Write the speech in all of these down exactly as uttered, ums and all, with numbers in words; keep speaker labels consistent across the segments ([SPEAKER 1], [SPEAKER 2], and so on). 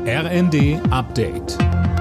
[SPEAKER 1] R N D Update.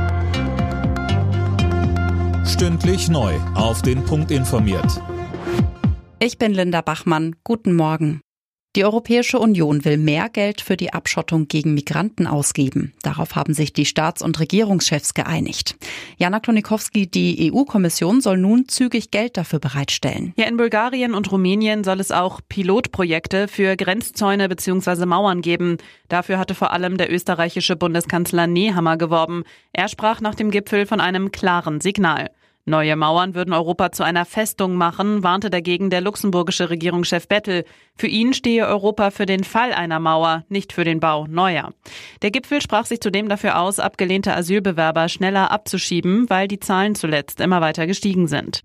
[SPEAKER 1] Stündlich neu auf den Punkt informiert.
[SPEAKER 2] Ich bin Linda Bachmann. Guten Morgen. Die Europäische Union will mehr Geld für die Abschottung gegen Migranten ausgeben. Darauf haben sich die Staats- und Regierungschefs geeinigt. Jana Klonikowski, die E U-Kommission soll nun zügig Geld dafür bereitstellen.
[SPEAKER 3] Ja, in Bulgarien und Rumänien soll es auch Pilotprojekte für Grenzzäune bzw. Mauern geben. Dafür hatte vor allem der österreichische Bundeskanzler Nehammer geworben. Er sprach nach dem Gipfel von einem klaren Signal. Neue Mauern würden Europa zu einer Festung machen, warnte dagegen der luxemburgische Regierungschef Bettel. Für ihn stehe Europa für den Fall einer Mauer, nicht für den Bau neuer. Der Gipfel sprach sich zudem dafür aus, abgelehnte Asylbewerber schneller abzuschieben, weil die Zahlen zuletzt immer weiter gestiegen sind.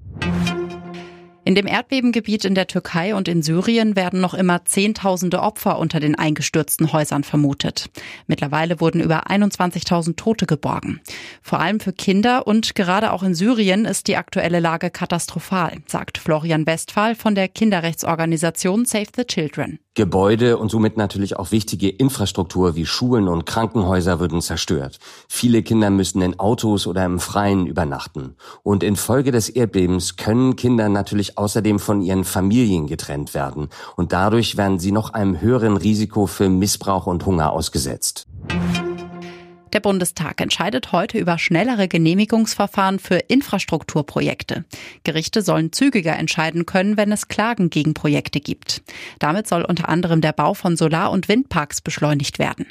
[SPEAKER 2] In dem Erdbebengebiet in der Türkei und in Syrien werden noch immer Zehntausende Opfer unter den eingestürzten Häusern vermutet. Mittlerweile wurden über einundzwanzigtausend Tote geborgen. Vor allem für Kinder und gerade auch in Syrien ist die aktuelle Lage katastrophal, sagt Florian Westphal von der Kinderrechtsorganisation Save the Children.
[SPEAKER 4] Gebäude und somit natürlich auch wichtige Infrastruktur wie Schulen und Krankenhäuser würden zerstört. Viele Kinder müssen in Autos oder im Freien übernachten. Und infolge des Erdbebens können Kinder natürlich außerdem von ihren Familien getrennt werden. Und dadurch werden sie noch einem höheren Risiko für Missbrauch und Hunger ausgesetzt.
[SPEAKER 2] Der Bundestag entscheidet heute über schnellere Genehmigungsverfahren für Infrastrukturprojekte. Gerichte sollen zügiger entscheiden können, wenn es Klagen gegen Projekte gibt. Damit soll unter anderem der Bau von Solar- und Windparks beschleunigt werden.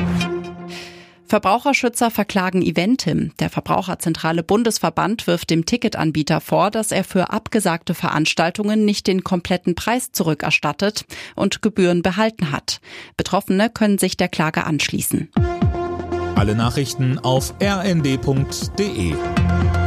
[SPEAKER 2] Verbraucherschützer verklagen Eventim. Der Verbraucherzentrale Bundesverband wirft dem Ticketanbieter vor, dass er für abgesagte Veranstaltungen nicht den kompletten Preis zurückerstattet und Gebühren behalten hat. Betroffene können sich der Klage anschließen.
[SPEAKER 1] Alle Nachrichten auf r n d punkt d e.